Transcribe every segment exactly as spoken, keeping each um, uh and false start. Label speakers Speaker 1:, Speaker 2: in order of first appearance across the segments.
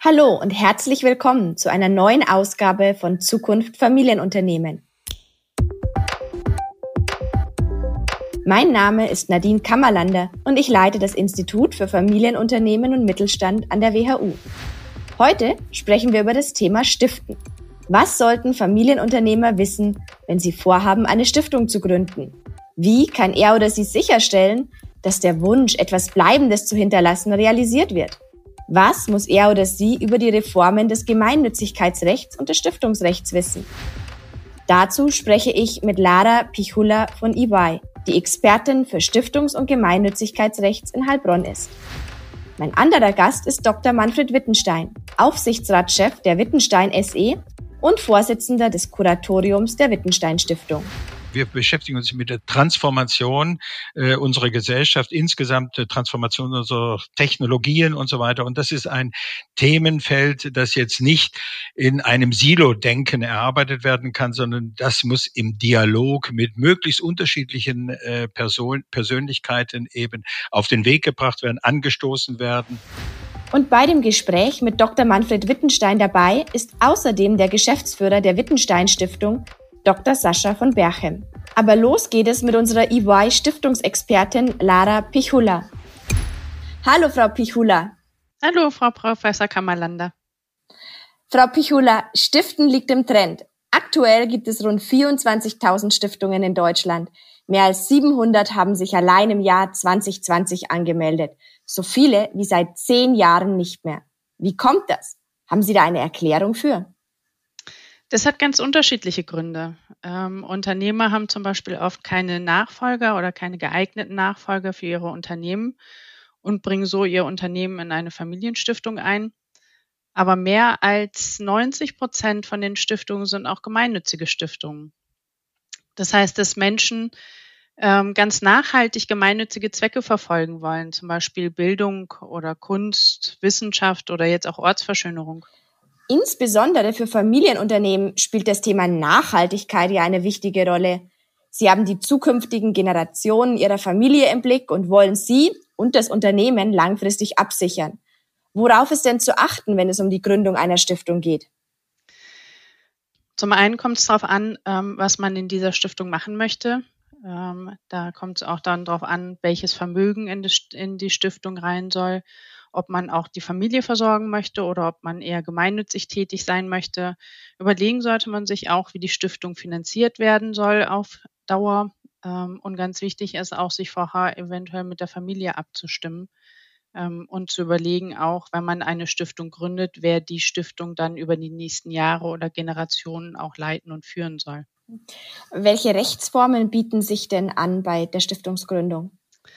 Speaker 1: Hallo und herzlich willkommen zu einer neuen Ausgabe von Zukunft Familienunternehmen. Mein Name ist Nadine Kammerlander und ich leite das Institut für Familienunternehmen und Mittelstand an der W H U. Heute sprechen wir über das Thema Stiften. Was sollten Familienunternehmer wissen, wenn sie vorhaben, eine Stiftung zu gründen? Wie kann er oder sie sicherstellen, dass der Wunsch, etwas Bleibendes zu hinterlassen, realisiert wird? Was muss er oder sie über die Reformen des Gemeinnützigkeitsrechts und des Stiftungsrechts wissen? Dazu spreche ich mit Lara Pichula von E Y, die Expertin für Stiftungs- und Gemeinnützigkeitsrechts in Heilbronn ist. Mein anderer Gast ist Doktor Manfred Wittenstein, Aufsichtsratschef der Wittenstein S E und Vorsitzender des Kuratoriums der Wittenstein Stiftung.
Speaker 2: Wir beschäftigen uns mit der Transformation äh, unserer Gesellschaft, insgesamt der Transformation unserer Technologien und so weiter. Und das ist ein Themenfeld, das jetzt nicht in einem Silo-Denken erarbeitet werden kann, sondern das muss im Dialog mit möglichst unterschiedlichen äh, Person- Persönlichkeiten eben auf den Weg gebracht werden, angestoßen werden.
Speaker 1: Und bei dem Gespräch mit Doktor Manfred Wittenstein dabei ist außerdem der Geschäftsführer der Wittenstein Stiftung, Doktor Sascha von Berchem. Aber los geht es mit unserer E Y-Stiftungsexpertin Lara Pichula. Hallo, Frau Pichula.
Speaker 3: Hallo, Frau Professor Kammerlander.
Speaker 1: Frau Pichula, Stiften liegt im Trend. Aktuell gibt es rund vierundzwanzigtausend Stiftungen in Deutschland. Mehr als siebenhundert haben sich allein im Jahr zwanzig zwanzig angemeldet. So viele wie seit zehn Jahren nicht mehr. Wie kommt das? Haben Sie da eine Erklärung für?
Speaker 3: Das hat ganz unterschiedliche Gründe. Ähm, Unternehmer haben zum Beispiel oft keine Nachfolger oder keine geeigneten Nachfolger für ihre Unternehmen und bringen so ihr Unternehmen in eine Familienstiftung ein. Aber mehr als neunzig Prozent von den Stiftungen sind auch gemeinnützige Stiftungen. Das heißt, dass Menschen ähm, ganz nachhaltig gemeinnützige Zwecke verfolgen wollen, zum Beispiel Bildung oder Kunst, Wissenschaft oder jetzt auch Ortsverschönerung.
Speaker 1: Insbesondere für Familienunternehmen spielt das Thema Nachhaltigkeit ja eine wichtige Rolle. Sie haben die zukünftigen Generationen ihrer Familie im Blick und wollen sie und das Unternehmen langfristig absichern. Worauf ist denn zu achten, wenn es um die Gründung einer Stiftung geht?
Speaker 3: Zum einen kommt es darauf an, was man in dieser Stiftung machen möchte. Da kommt es auch dann darauf an, welches Vermögen in die Stiftung rein soll, ob man auch die Familie versorgen möchte oder ob man eher gemeinnützig tätig sein möchte. Überlegen sollte man sich auch, wie die Stiftung finanziert werden soll auf Dauer. Und ganz wichtig ist auch, sich vorher eventuell mit der Familie abzustimmen und zu überlegen auch, wenn man eine Stiftung gründet, wer die Stiftung dann über die nächsten Jahre oder Generationen auch leiten und führen soll.
Speaker 1: Welche Rechtsformen bieten sich denn an bei der Stiftungsgründung?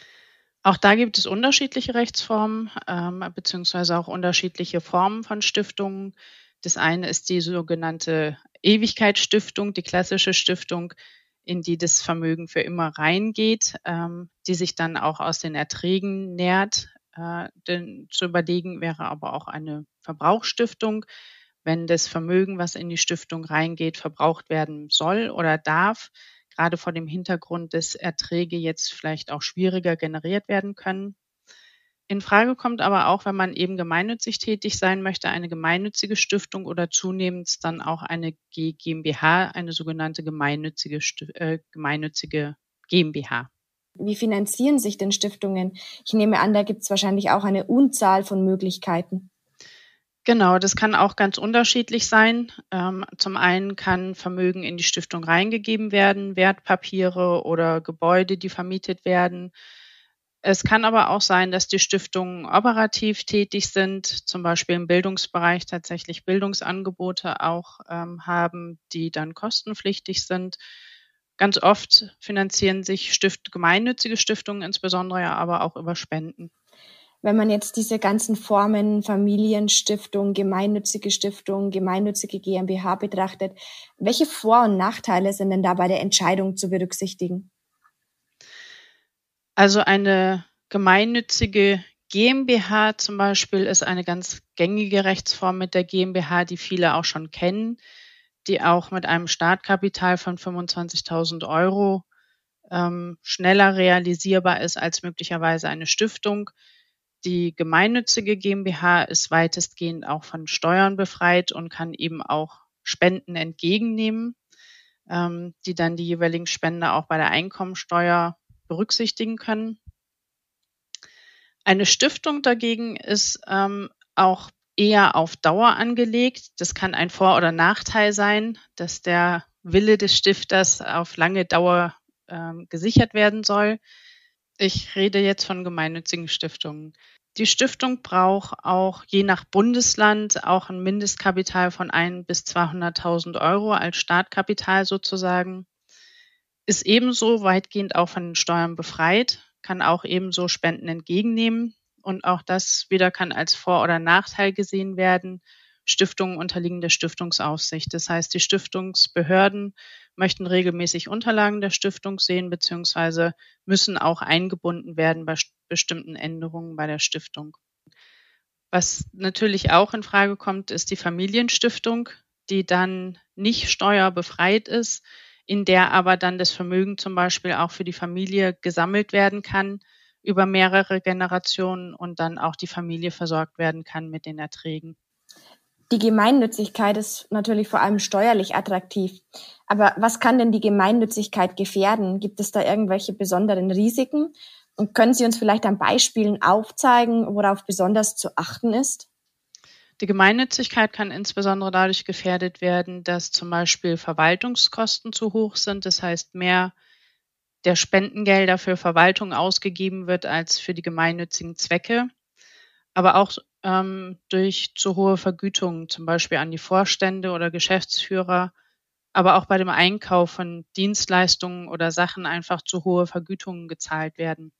Speaker 3: Auch da gibt es unterschiedliche Rechtsformen, ähm, beziehungsweise auch unterschiedliche Formen von Stiftungen. Das eine ist die sogenannte Ewigkeitsstiftung, die klassische Stiftung, in die das Vermögen für immer reingeht, ähm, die sich dann auch aus den Erträgen nährt. Äh, denn zu überlegen wäre aber auch eine Verbrauchsstiftung, wenn das Vermögen, was in die Stiftung reingeht, verbraucht werden soll oder darf, gerade vor dem Hintergrund, dass Erträge jetzt vielleicht auch schwieriger generiert werden können. In Frage kommt aber auch, wenn man eben gemeinnützig tätig sein möchte, eine gemeinnützige Stiftung oder zunehmend dann auch eine G GmbH, eine sogenannte gemeinnützige, äh, gemeinnützige GmbH.
Speaker 1: Wie finanzieren sich denn Stiftungen? Ich nehme an, da gibt es wahrscheinlich auch eine Unzahl von Möglichkeiten.
Speaker 3: Genau, das kann auch ganz unterschiedlich sein. Ähm, zum einen kann Vermögen in die Stiftung reingegeben werden, Wertpapiere oder Gebäude, die vermietet werden. Es kann aber auch sein, dass die Stiftungen operativ tätig sind, zum Beispiel im Bildungsbereich tatsächlich Bildungsangebote auch ähm, haben, die dann kostenpflichtig sind. Ganz oft finanzieren sich Stift gemeinnützige Stiftungen insbesondere ja aber auch über Spenden.
Speaker 1: Wenn man jetzt diese ganzen Formen, Familienstiftung, gemeinnützige Stiftung, gemeinnützige GmbH betrachtet, welche Vor- und Nachteile sind denn da bei der Entscheidung zu berücksichtigen?
Speaker 3: Also eine gemeinnützige GmbH zum Beispiel ist eine ganz gängige Rechtsform mit der GmbH, die viele auch schon kennen, die auch mit einem Startkapital von fünfundzwanzigtausend Euro ähm, schneller realisierbar ist als möglicherweise eine Stiftung. Die gemeinnützige GmbH ist weitestgehend auch von Steuern befreit und kann eben auch Spenden entgegennehmen, ähm, die dann die jeweiligen Spender auch bei der Einkommensteuer berücksichtigen können. Eine Stiftung dagegen ist ähm, auch eher auf Dauer angelegt. Das kann ein Vor- oder Nachteil sein, dass der Wille des Stifters auf lange Dauer ähm, gesichert werden soll. Ich rede jetzt von gemeinnützigen Stiftungen. Die Stiftung braucht auch je nach Bundesland auch ein Mindestkapital von ein bis zweihunderttausend Euro als Startkapital sozusagen. Ist ebenso weitgehend auch von den Steuern befreit, kann auch ebenso Spenden entgegennehmen. Und auch das wieder kann als Vor- oder Nachteil gesehen werden. Stiftungen unterliegen der Stiftungsaufsicht. Das heißt, die Stiftungsbehörden möchten regelmäßig Unterlagen der Stiftung sehen, beziehungsweise müssen auch eingebunden werden bei bestimmten Änderungen bei der Stiftung. Was natürlich auch in Frage kommt, ist die Familienstiftung, die dann nicht steuerbefreit ist, in der aber dann das Vermögen zum Beispiel auch für die Familie gesammelt werden kann über mehrere Generationen und dann auch die Familie versorgt werden kann mit den Erträgen.
Speaker 1: Die Gemeinnützigkeit ist natürlich vor allem steuerlich attraktiv. Aber was kann denn die Gemeinnützigkeit gefährden? Gibt es da irgendwelche besonderen Risiken? Und können Sie uns vielleicht an Beispielen aufzeigen, worauf besonders zu achten ist?
Speaker 3: Die Gemeinnützigkeit kann insbesondere dadurch gefährdet werden, dass zum Beispiel Verwaltungskosten zu hoch sind. Das heißt, mehr der Spendengelder für Verwaltung ausgegeben wird als für die gemeinnützigen Zwecke. Aber auch ähm, durch zu hohe Vergütungen, zum Beispiel an die Vorstände oder Geschäftsführer, aber auch bei dem Einkauf von Dienstleistungen oder Sachen einfach zu hohe Vergütungen gezahlt werden.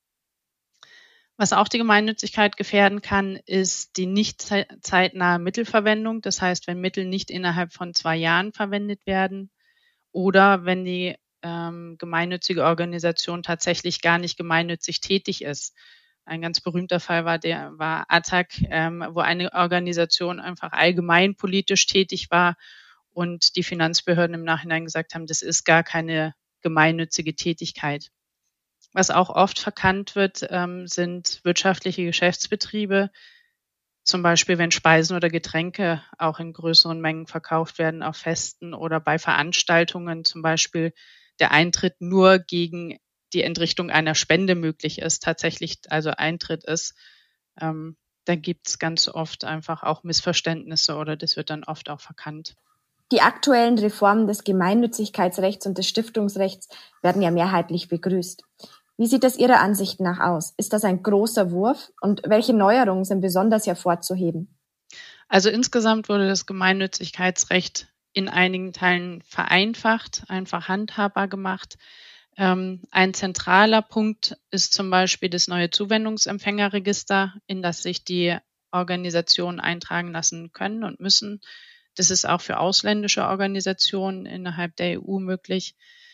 Speaker 3: Was auch die Gemeinnützigkeit gefährden kann, ist die nicht zeitnahe Mittelverwendung. Das heißt, wenn Mittel nicht innerhalb von zwei Jahren verwendet werden oder wenn die ähm, gemeinnützige Organisation tatsächlich gar nicht gemeinnützig tätig ist. Ein ganz berühmter Fall war der war A T A C, ähm, wo eine Organisation einfach allgemein politisch tätig war und die Finanzbehörden im Nachhinein gesagt haben, das ist gar keine gemeinnützige Tätigkeit. Was auch oft verkannt wird, ähm, sind wirtschaftliche Geschäftsbetriebe, zum Beispiel wenn Speisen oder Getränke auch in größeren Mengen verkauft werden auf Festen oder bei Veranstaltungen, zum Beispiel der Eintritt nur gegen die Entrichtung einer Spende möglich ist, tatsächlich also Eintritt ist, ähm, da gibt es ganz oft einfach auch Missverständnisse oder das wird dann oft auch verkannt.
Speaker 1: Die aktuellen Reformen des Gemeinnützigkeitsrechts und des Stiftungsrechts werden ja mehrheitlich begrüßt. Wie sieht das Ihrer Ansicht nach aus? Ist das ein großer Wurf und welche Neuerungen sind besonders hervorzuheben?
Speaker 3: Also insgesamt wurde das Gemeinnützigkeitsrecht in einigen Teilen vereinfacht, einfach handhabbar gemacht. Ähm, ein zentraler Punkt ist zum Beispiel das neue Zuwendungsempfängerregister, in das sich die Organisationen eintragen lassen können und müssen. Das ist auch für ausländische Organisationen innerhalb der E U möglich.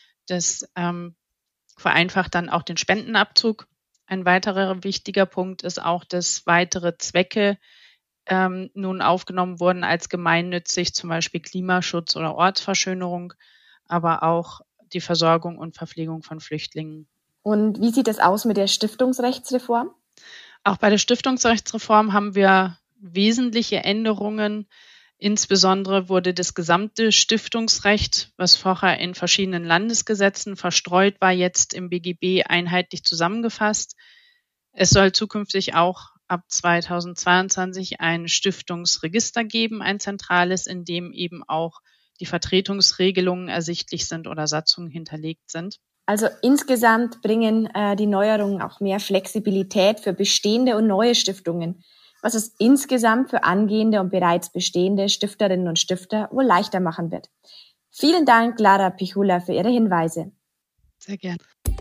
Speaker 3: Das ähm, vereinfacht dann auch den Spendenabzug. Ein weiterer wichtiger Punkt ist auch, dass weitere Zwecke ähm, nun aufgenommen wurden als gemeinnützig, zum Beispiel Klimaschutz oder Ortsverschönerung, aber auch die Versorgung und Verpflegung von Flüchtlingen.
Speaker 1: Und wie sieht es aus mit der Stiftungsrechtsreform?
Speaker 3: Auch bei der Stiftungsrechtsreform haben wir wesentliche Änderungen. Insbesondere wurde das gesamte Stiftungsrecht, was vorher in verschiedenen Landesgesetzen verstreut war, jetzt im B G B einheitlich zusammengefasst. Es soll zukünftig auch ab zweitausendzweiundzwanzig ein Stiftungsregister geben, ein zentrales, in dem eben auch die Vertretungsregelungen ersichtlich sind oder Satzungen hinterlegt sind.
Speaker 1: Also insgesamt bringen äh, die Neuerungen auch mehr Flexibilität für bestehende und neue Stiftungen, was es insgesamt für angehende und bereits bestehende Stifterinnen und Stifter wohl leichter machen wird. Vielen Dank, Lara Pichula, für Ihre Hinweise.
Speaker 3: Sehr gern.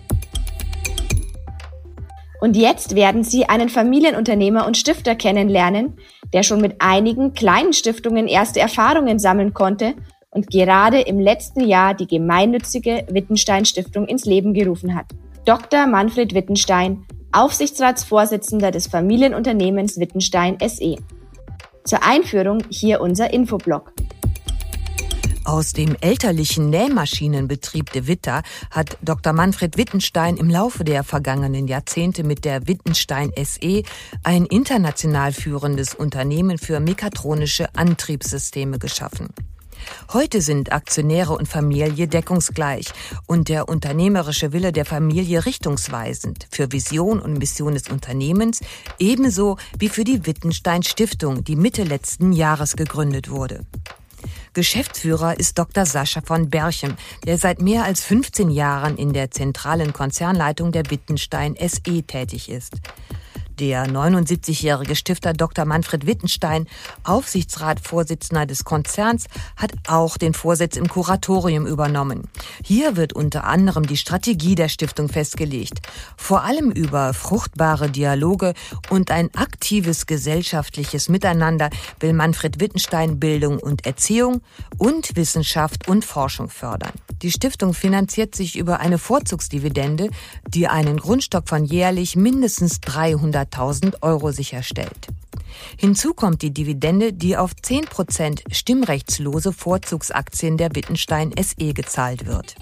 Speaker 1: Und jetzt werden Sie einen Familienunternehmer und Stifter kennenlernen, der schon mit einigen kleinen Stiftungen erste Erfahrungen sammeln konnte und gerade im letzten Jahr die gemeinnützige Wittenstein-Stiftung ins Leben gerufen hat. Doktor Manfred Wittenstein, Aufsichtsratsvorsitzender des Familienunternehmens Wittenstein S E. Zur Einführung hier unser Infoblog.
Speaker 4: Aus dem elterlichen Nähmaschinenbetrieb de Witta hat Doktor Manfred Wittenstein im Laufe der vergangenen Jahrzehnte mit der Wittenstein S E ein international führendes Unternehmen für mechatronische Antriebssysteme geschaffen. Heute sind Aktionäre und Familie deckungsgleich und der unternehmerische Wille der Familie richtungsweisend für Vision und Mission des Unternehmens, ebenso wie für die Wittenstein Stiftung, die Mitte letzten Jahres gegründet wurde. Geschäftsführer ist Doktor Sascha von Berchem, der seit mehr als fünfzehn Jahren in der zentralen Konzernleitung der Wittenstein S E tätig ist. Der neunundsiebzigjährige Stifter Doktor Manfred Wittenstein, Aufsichtsratsvorsitzender des Konzerns, hat auch den Vorsitz im Kuratorium übernommen. Hier wird unter anderem die Strategie der Stiftung festgelegt. Vor allem über fruchtbare Dialoge und ein aktives gesellschaftliches Miteinander will Manfred Wittenstein Bildung und Erziehung und Wissenschaft und Forschung fördern. Die Stiftung finanziert sich über eine Vorzugsdividende, die einen Grundstock von jährlich mindestens dreihunderttausend Euro sicherstellt. Hinzu kommt die Dividende, die auf zehn Prozent stimmrechtslose Vorzugsaktien der Wittenstein S E gezahlt wird.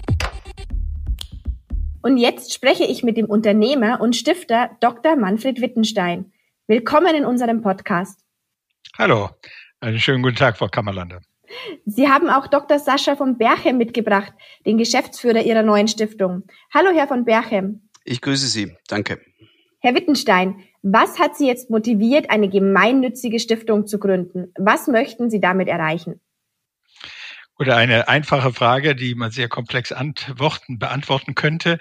Speaker 1: Und jetzt spreche ich mit dem Unternehmer und Stifter Doktor Manfred Wittenstein. Willkommen in unserem Podcast.
Speaker 2: Hallo, einen schönen guten Tag, Frau Kammerlander.
Speaker 1: Sie haben auch Doktor Sascha von Berchem mitgebracht, den Geschäftsführer Ihrer neuen Stiftung. Hallo, Herr von Berchem.
Speaker 5: Ich grüße Sie. Danke.
Speaker 1: Herr Wittenstein, was hat Sie jetzt motiviert, eine gemeinnützige Stiftung zu gründen? Was möchten Sie damit erreichen?
Speaker 2: Oder eine einfache Frage, die man sehr komplex antworten, beantworten könnte.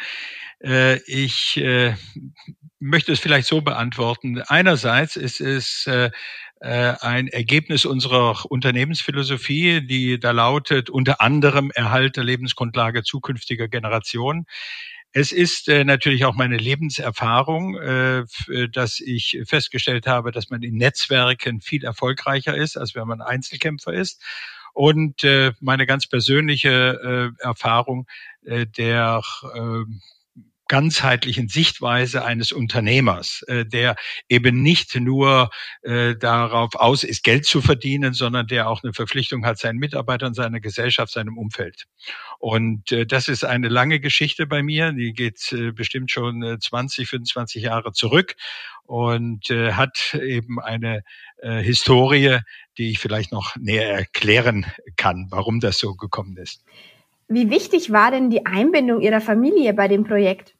Speaker 2: Ich möchte es vielleicht so beantworten. Einerseits ist es ein Ergebnis unserer Unternehmensphilosophie, die da lautet, unter anderem Erhalt der Lebensgrundlage zukünftiger Generationen. Es ist äh, natürlich auch meine Lebenserfahrung, äh, dass ich festgestellt habe, dass man in Netzwerken viel erfolgreicher ist, als wenn man Einzelkämpfer ist. Und äh, meine ganz persönliche äh, Erfahrung äh, der äh, ganzheitlichen Sichtweise eines Unternehmers, äh, der eben nicht nur äh, darauf aus ist, Geld zu verdienen, sondern der auch eine Verpflichtung hat seinen Mitarbeitern, seiner Gesellschaft, seinem Umfeld. Und äh, das ist eine lange Geschichte bei mir, die geht äh, bestimmt schon äh, zwanzig, fünfundzwanzig Jahre zurück und äh, hat eben eine äh, Historie, die ich vielleicht noch näher erklären kann, warum das so gekommen ist.
Speaker 1: Wie wichtig war denn die Einbindung Ihrer Familie bei dem Projekt?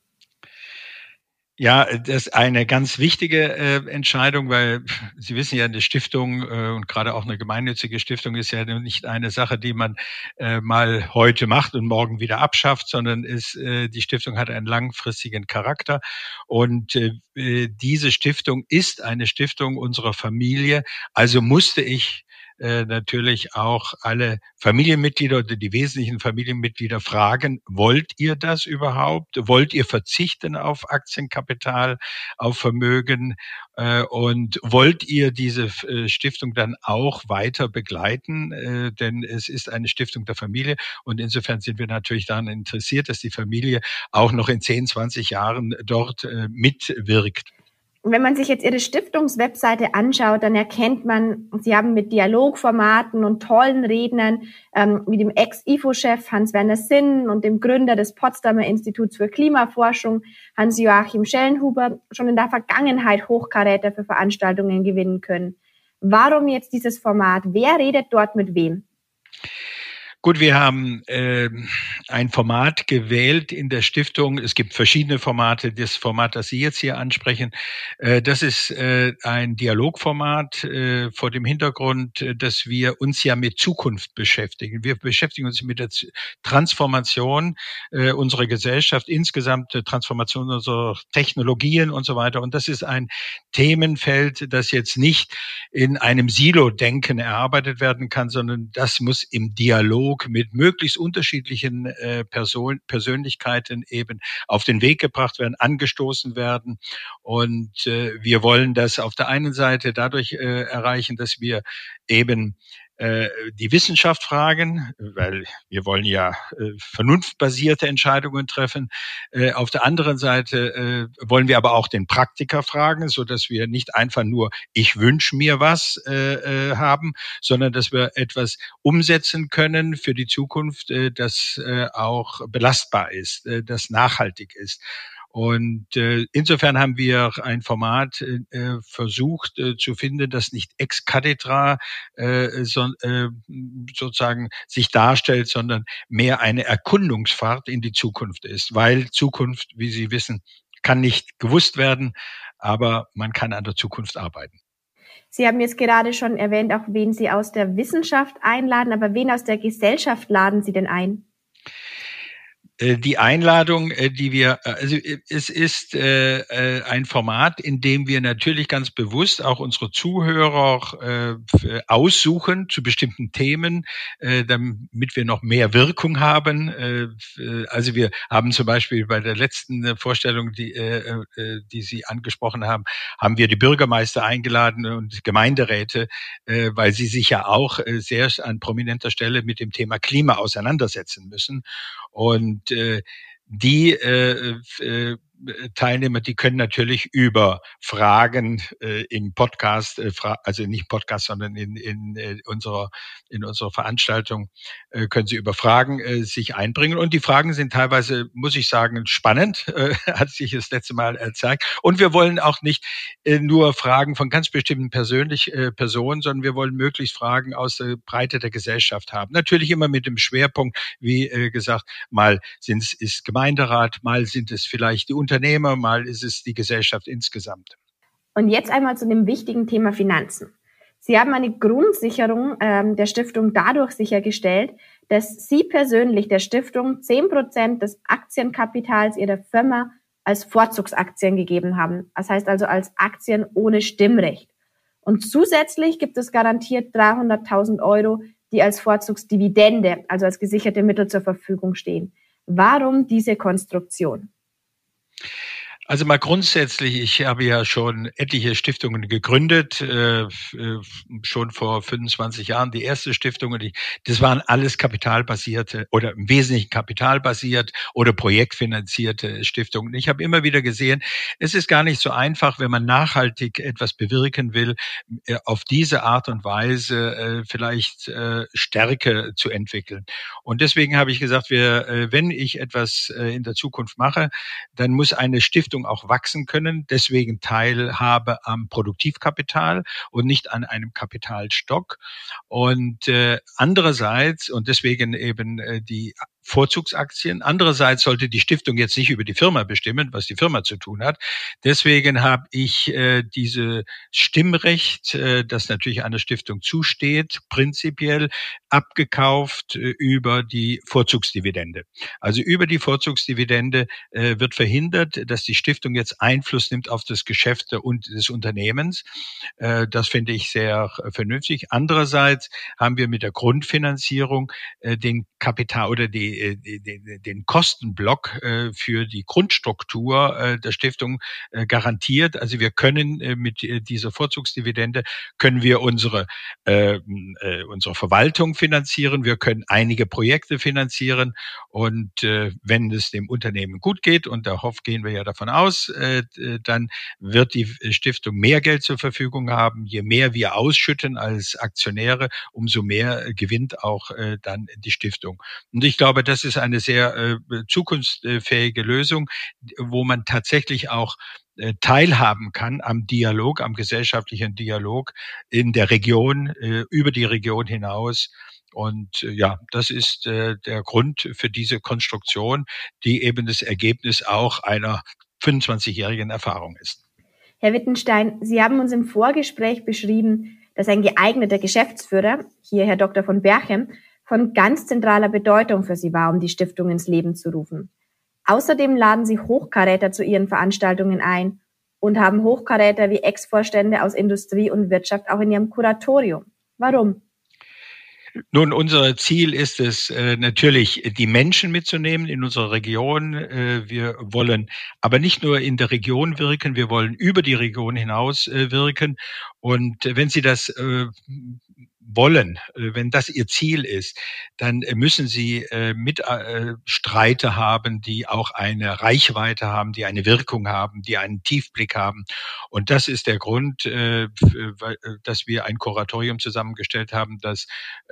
Speaker 2: Ja, das ist eine ganz wichtige äh, Entscheidung, weil Sie wissen ja, eine Stiftung äh, und gerade auch eine gemeinnützige Stiftung ist ja nicht eine Sache, die man äh, mal heute macht und morgen wieder abschafft, sondern ist, äh, die Stiftung hat einen langfristigen Charakter und äh, diese Stiftung ist eine Stiftung unserer Familie. Also musste ich Äh, natürlich auch alle Familienmitglieder oder die wesentlichen Familienmitglieder fragen, wollt ihr das überhaupt? Wollt ihr verzichten auf Aktienkapital, auf Vermögen? Äh, und wollt ihr diese äh, Stiftung dann auch weiter begleiten? Äh, denn es ist eine Stiftung der Familie und insofern sind wir natürlich daran interessiert, dass die Familie auch noch in zehn, zwanzig Jahren dort äh, mitwirkt.
Speaker 1: Wenn man sich jetzt Ihre Stiftungswebseite anschaut, dann erkennt man, Sie haben mit Dialogformaten und tollen Rednern ähm, wie dem Ex-I F O-Chef Hans-Werner Sinn und dem Gründer des Potsdamer Instituts für Klimaforschung Hans-Joachim Schellenhuber schon in der Vergangenheit Hochkaräter für Veranstaltungen gewinnen können. Warum jetzt dieses Format? Wer redet dort mit wem?
Speaker 2: Gut, wir haben äh, ein Format gewählt in der Stiftung. Es gibt verschiedene Formate. Das Format, das Sie jetzt hier ansprechen, äh, das ist äh, ein Dialogformat äh, vor dem Hintergrund, äh, dass wir uns ja mit Zukunft beschäftigen. Wir beschäftigen uns mit der Transformation äh, unserer Gesellschaft, insgesamt äh, Transformation unserer Technologien und so weiter. Und das ist ein Themenfeld, das jetzt nicht in einem Silo-Denken erarbeitet werden kann, sondern das muss im Dialog mit möglichst unterschiedlichen äh, Person, Persönlichkeiten eben auf den Weg gebracht werden, angestoßen werden. Und äh, wir wollen das auf der einen Seite dadurch äh, erreichen, dass wir eben äh, die Wissenschaft fragen, weil wir wollen ja äh, vernunftbasierte Entscheidungen treffen. Äh, auf der anderen Seite äh, wollen wir aber auch den Praktiker fragen, so dass wir nicht einfach nur ich wünsche mir was äh, äh, haben, sondern dass wir etwas umsetzen können für die Zukunft, äh, das äh, auch belastbar ist, äh, das nachhaltig ist. Und äh, insofern haben wir ein Format äh, versucht äh, zu finden, das nicht ex cathedra äh, so, äh, sozusagen sich darstellt, sondern mehr eine Erkundungsfahrt in die Zukunft ist. Weil Zukunft, wie Sie wissen, kann nicht gewusst werden, aber man kann an der Zukunft arbeiten.
Speaker 1: Sie haben jetzt gerade schon erwähnt, auch wen Sie aus der Wissenschaft einladen, aber wen aus der Gesellschaft laden Sie denn ein?
Speaker 2: Die Einladung, die wir, also es ist äh, ein Format, in dem wir natürlich ganz bewusst auch unsere Zuhörer äh, aussuchen zu bestimmten Themen, äh, damit wir noch mehr Wirkung haben. Äh, also wir haben zum Beispiel bei der letzten Vorstellung, die, äh, die Sie angesprochen haben, haben wir die Bürgermeister eingeladen und Gemeinderäte, äh, weil sie sich ja auch sehr an prominenter Stelle mit dem Thema Klima auseinandersetzen müssen. Und äh, die äh, äh, Teilnehmer, die können natürlich über Fragen äh, im Podcast, äh, fra- also nicht Podcast, sondern in, in, äh, unserer in unserer Veranstaltung äh, können sie über Fragen äh, sich einbringen. Und die Fragen sind teilweise, muss ich sagen, spannend, äh, hat sich das letzte Mal gezeigt. Und wir wollen auch nicht äh, nur Fragen von ganz bestimmten persönlich äh, Personen, sondern wir wollen möglichst Fragen aus der Breite der Gesellschaft haben. Natürlich immer mit dem Schwerpunkt, wie äh, gesagt, mal sind es ist Gemeinderat, mal sind es vielleicht die Unternehmer, mal ist es die Gesellschaft insgesamt.
Speaker 1: Und jetzt einmal zu dem wichtigen Thema Finanzen. Sie haben eine Grundsicherung ähm, der Stiftung dadurch sichergestellt, dass Sie persönlich der Stiftung zehn Prozent des Aktienkapitals Ihrer Firma als Vorzugsaktien gegeben haben. Das heißt also als Aktien ohne Stimmrecht. Und zusätzlich gibt es garantiert dreihunderttausend Euro, die als Vorzugsdividende, also als gesicherte Mittel zur Verfügung stehen. Warum diese Konstruktion?
Speaker 2: Also mal grundsätzlich, ich habe ja schon etliche Stiftungen gegründet, äh, schon vor fünfundzwanzig Jahren die erste Stiftung. Und ich, das waren alles kapitalbasierte oder im Wesentlichen kapitalbasiert oder projektfinanzierte Stiftungen. Ich habe immer wieder gesehen, es ist gar nicht so einfach, wenn man nachhaltig etwas bewirken will, auf diese Art und Weise äh, vielleicht äh, Stärke zu entwickeln. Und deswegen habe ich gesagt, wir, äh, wenn ich etwas äh, in der Zukunft mache, dann muss eine Stiftung auch wachsen können, deswegen Teilhabe am Produktivkapital und nicht an einem Kapitalstock. Und äh, andererseits, und deswegen eben äh, die Vorzugsaktien. Andererseits sollte die Stiftung jetzt nicht über die Firma bestimmen, was die Firma zu tun hat. Deswegen habe ich äh, diese Stimmrecht, äh, das natürlich einer Stiftung zusteht, prinzipiell abgekauft äh, über die Vorzugsdividende. Also über die Vorzugsdividende äh, wird verhindert, dass die Stiftung jetzt Einfluss nimmt auf das Geschäft und des Unternehmens. Äh, das finde ich sehr vernünftig. Andererseits haben wir mit der Grundfinanzierung äh, den Kapital oder die den Kostenblock für die Grundstruktur der Stiftung garantiert. Also wir können mit dieser Vorzugsdividende können wir unsere unsere Verwaltung finanzieren, wir können einige Projekte finanzieren und wenn es dem Unternehmen gut geht, und darauf gehen wir ja davon aus, dann wird die Stiftung mehr Geld zur Verfügung haben. Je mehr wir ausschütten als Aktionäre, umso mehr gewinnt auch dann die Stiftung. Und ich glaube, das ist eine sehr äh, zukunftsfähige Lösung, wo man tatsächlich auch äh, teilhaben kann am Dialog, am gesellschaftlichen Dialog in der Region, äh, über die Region hinaus. Und äh, ja, das ist äh, der Grund für diese Konstruktion, die eben das Ergebnis auch einer fünfundzwanzigjährigen Erfahrung ist.
Speaker 1: Herr Wittenstein, Sie haben uns im Vorgespräch beschrieben, dass ein geeigneter Geschäftsführer, hier Herr Doktor von Berchem, von ganz zentraler Bedeutung für Sie war, um die Stiftung ins Leben zu rufen. Außerdem laden Sie Hochkaräter zu Ihren Veranstaltungen ein und haben Hochkaräter wie Ex-Vorstände aus Industrie und Wirtschaft auch in Ihrem Kuratorium. Warum?
Speaker 2: Nun, unser Ziel ist es äh, natürlich, die Menschen mitzunehmen in unserer Region. Äh, wir wollen aber nicht nur in der Region wirken, wir wollen über die Region hinaus äh, wirken. Und wenn Sie das äh, wollen, wenn das ihr Ziel ist, dann müssen sie Mitstreiter haben, die auch eine Reichweite haben, die eine Wirkung haben, die einen Tiefblick haben. Und das ist der Grund, dass wir ein Kuratorium zusammengestellt haben, das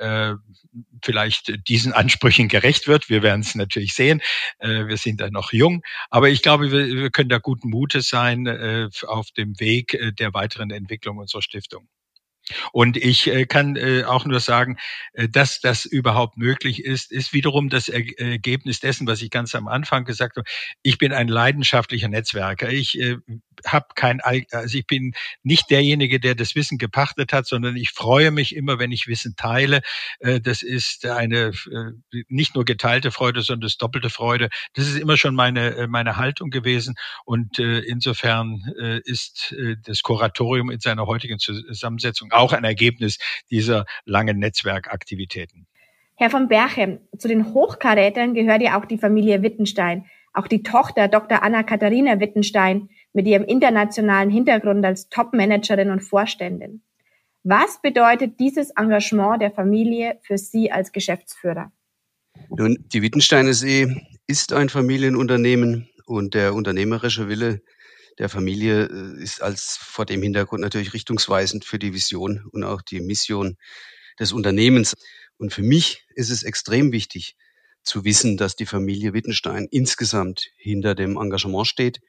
Speaker 2: vielleicht diesen Ansprüchen gerecht wird. Wir werden es natürlich sehen. Wir sind da noch jung. Aber ich glaube, wir können da guten Mutes sein auf dem Weg der weiteren Entwicklung unserer Stiftung. Und ich äh, kann äh, auch nur sagen, äh, dass das überhaupt möglich ist, ist wiederum das Ergebnis dessen, was ich ganz am Anfang gesagt habe. Ich bin ein leidenschaftlicher Netzwerker. Ich äh, habe kein, also ich bin nicht derjenige, der das Wissen gepachtet hat, sondern ich freue mich immer, wenn ich Wissen teile. Äh, das ist eine äh, nicht nur geteilte Freude, sondern das doppelte Freude. Das ist immer schon meine meine Haltung gewesen. Und äh, insofern äh, ist äh, das Kuratorium in seiner heutigen Zusammensetzung auch ein Ergebnis dieser langen Netzwerkaktivitäten.
Speaker 1: Herr von Berchem, zu den Hochkarätern gehört ja auch die Familie Wittenstein, auch die Tochter Doktor Anna-Katharina Wittenstein mit ihrem internationalen Hintergrund als Top-Managerin und Vorständin. Was bedeutet dieses Engagement der Familie für Sie als Geschäftsführer?
Speaker 5: Nun, die Wittenstein S E ist ein Familienunternehmen und der unternehmerische Wille der Familie ist als vor dem Hintergrund natürlich richtungsweisend für die Vision und auch die Mission des Unternehmens. Und für mich ist es extrem wichtig zu wissen, dass die Familie Wittenstein insgesamt hinter dem Engagement steht.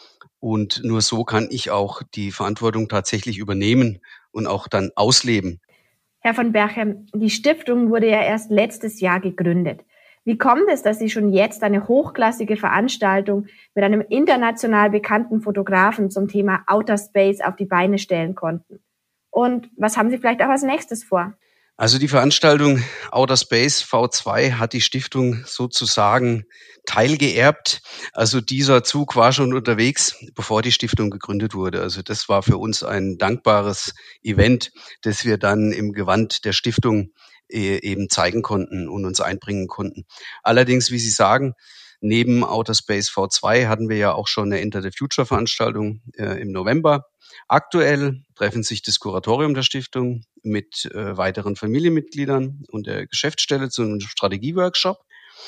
Speaker 5: Und nur so kann ich auch die Verantwortung tatsächlich übernehmen und auch dann ausleben.
Speaker 1: Herr von Berchem, die Stiftung wurde ja erst letztes Jahr gegründet. Wie kommt es, dass Sie schon jetzt eine hochklassige Veranstaltung mit einem international bekannten Fotografen zum Thema Outer Space auf die Beine stellen konnten? Und was haben Sie vielleicht auch als nächstes vor?
Speaker 5: Also die Veranstaltung Outer Space V zwei hat die Stiftung sozusagen teilgeerbt. Also dieser Zug war schon unterwegs, bevor die Stiftung gegründet wurde. Also das war für uns ein dankbares Event, das wir dann im Gewand der Stiftung eben zeigen konnten und uns einbringen konnten. Allerdings, wie Sie sagen, neben Outer Space V zwei hatten wir ja auch schon eine Enter the Future Veranstaltung äh, im November. Aktuell treffen sich das Kuratorium der Stiftung mit äh, weiteren Familienmitgliedern und der Geschäftsstelle zu einem Strategieworkshop,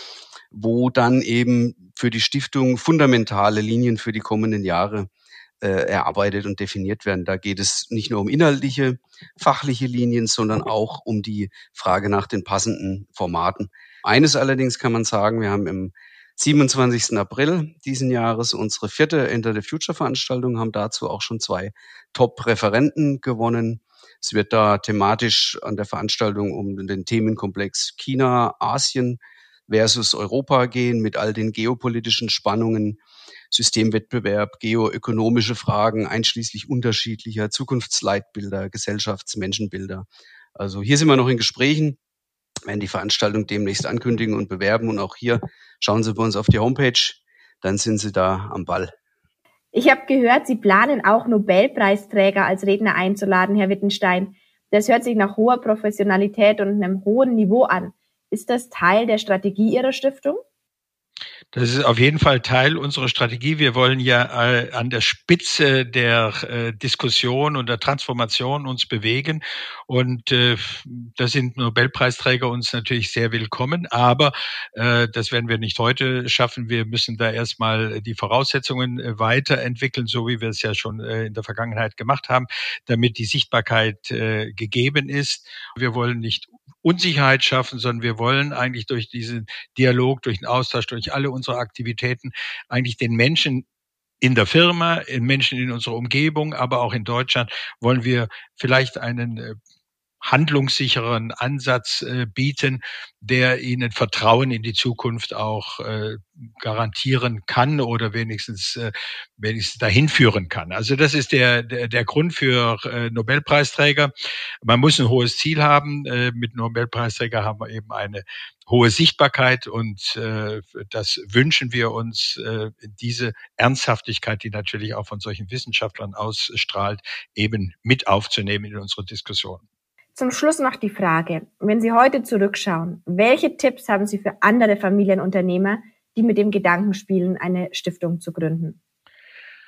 Speaker 5: wo dann eben für die Stiftung fundamentale Linien für die kommenden Jahre äh, erarbeitet und definiert werden. Da geht es nicht nur um inhaltliche, fachliche Linien, sondern auch um die Frage nach den passenden Formaten. Eines allerdings kann man sagen, wir haben im siebenundzwanzigsten April diesen Jahres unsere vierte Enter the Future Veranstaltung, haben dazu auch schon zwei Top-Referenten gewonnen. Es wird da thematisch an der Veranstaltung um den Themenkomplex China, Asien versus Europa gehen mit all den geopolitischen Spannungen, Systemwettbewerb, geoökonomische Fragen, einschließlich unterschiedlicher Zukunftsleitbilder, Gesellschaftsmenschenbilder. Also hier sind wir noch in Gesprächen, werden die Veranstaltung demnächst ankündigen und bewerben. Und auch hier schauen Sie bei uns auf die Homepage, dann sind Sie da am Ball.
Speaker 1: Ich habe gehört, Sie planen auch Nobelpreisträger als Redner einzuladen, Herr Wittenstein. Das hört sich nach hoher Professionalität und einem hohen Niveau an. Ist das Teil der Strategie Ihrer Stiftung?
Speaker 2: Das ist auf jeden Fall Teil unserer Strategie. Wir wollen ja äh, an der Spitze der äh, Diskussion und der Transformation uns bewegen. Und äh, da sind Nobelpreisträger uns natürlich sehr willkommen. Aber äh, das werden wir nicht heute schaffen. Wir müssen da erstmal die Voraussetzungen äh, weiterentwickeln, so wie wir es ja schon äh, in der Vergangenheit gemacht haben, damit die Sichtbarkeit äh, gegeben ist. Wir wollen nicht Unsicherheit schaffen, sondern wir wollen eigentlich durch diesen Dialog, durch den Austausch, durch alle unsere Aktivitäten eigentlich den Menschen in der Firma, den Menschen in unserer Umgebung, aber auch in Deutschland wollen wir vielleicht einen äh, handlungssicheren Ansatz äh, bieten, der ihnen Vertrauen in die Zukunft auch äh, garantieren kann oder wenigstens äh, wenigstens dahin führen kann. Also das ist der der, der Grund für äh, Nobelpreisträger. Man muss ein hohes Ziel haben. Äh, mit Nobelpreisträger haben wir eben eine hohe Sichtbarkeit und äh, das wünschen wir uns, äh, diese Ernsthaftigkeit, die natürlich auch von solchen Wissenschaftlern ausstrahlt, eben mit aufzunehmen in unsere Diskussion.
Speaker 1: Zum Schluss noch die Frage, wenn Sie heute zurückschauen, welche Tipps haben Sie für andere Familienunternehmer, die mit dem Gedanken spielen, eine Stiftung zu gründen?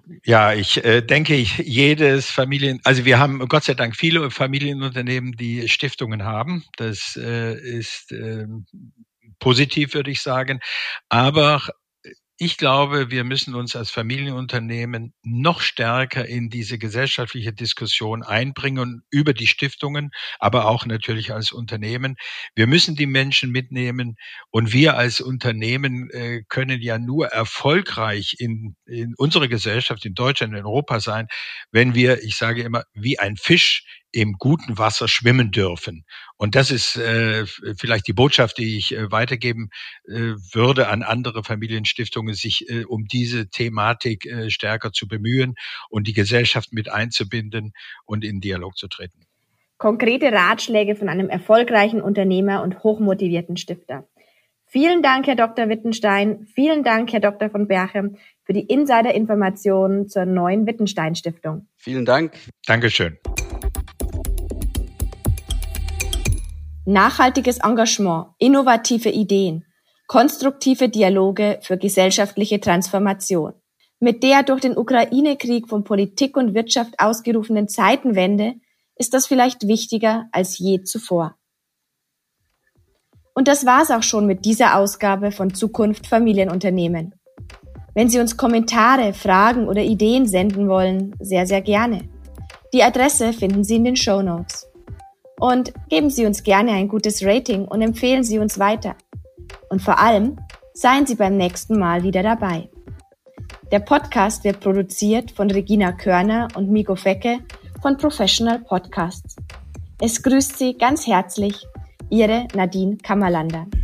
Speaker 2: Ja, ich äh, denke, ich, jedes Familien, also wir haben Gott sei Dank viele Familienunternehmen, die Stiftungen haben. Das äh, ist äh, positiv, würde ich sagen. Aber ich glaube, wir müssen uns als Familienunternehmen noch stärker in diese gesellschaftliche Diskussion einbringen über die Stiftungen, aber auch natürlich als Unternehmen. Wir müssen die Menschen mitnehmen und wir als Unternehmen äh, können ja nur erfolgreich in, in unserer Gesellschaft, in Deutschland, in Europa sein, wenn wir, ich sage immer, wie ein Fisch im guten Wasser schwimmen dürfen. Und das ist äh, vielleicht die Botschaft, die ich äh, weitergeben äh, würde an andere Familienstiftungen, sich äh, um diese Thematik äh, stärker zu bemühen und die Gesellschaft mit einzubinden und in Dialog zu treten.
Speaker 1: Konkrete Ratschläge von einem erfolgreichen Unternehmer und hochmotivierten Stifter. Vielen Dank, Herr Doktor Wittenstein. Vielen Dank, Herr Doktor von Berchem, für die Insider-Informationen zur neuen Wittenstein-Stiftung.
Speaker 5: Vielen Dank.
Speaker 2: Dankeschön.
Speaker 1: Nachhaltiges Engagement, innovative Ideen, konstruktive Dialoge für gesellschaftliche Transformation. Mit der durch den Ukraine-Krieg von Politik und Wirtschaft ausgerufenen Zeitenwende ist das vielleicht wichtiger als je zuvor. Und das war's auch schon mit dieser Ausgabe von Zukunft Familienunternehmen. Wenn Sie uns Kommentare, Fragen oder Ideen senden wollen, sehr, sehr gerne. Die Adresse finden Sie in den Shownotes. Und geben Sie uns gerne ein gutes Rating und empfehlen Sie uns weiter. Und vor allem, seien Sie beim nächsten Mal wieder dabei. Der Podcast wird produziert von Regina Körner und Miko Fecke von Professional Podcasts. Es grüßt Sie ganz herzlich, Ihre Nadine Kammerlander.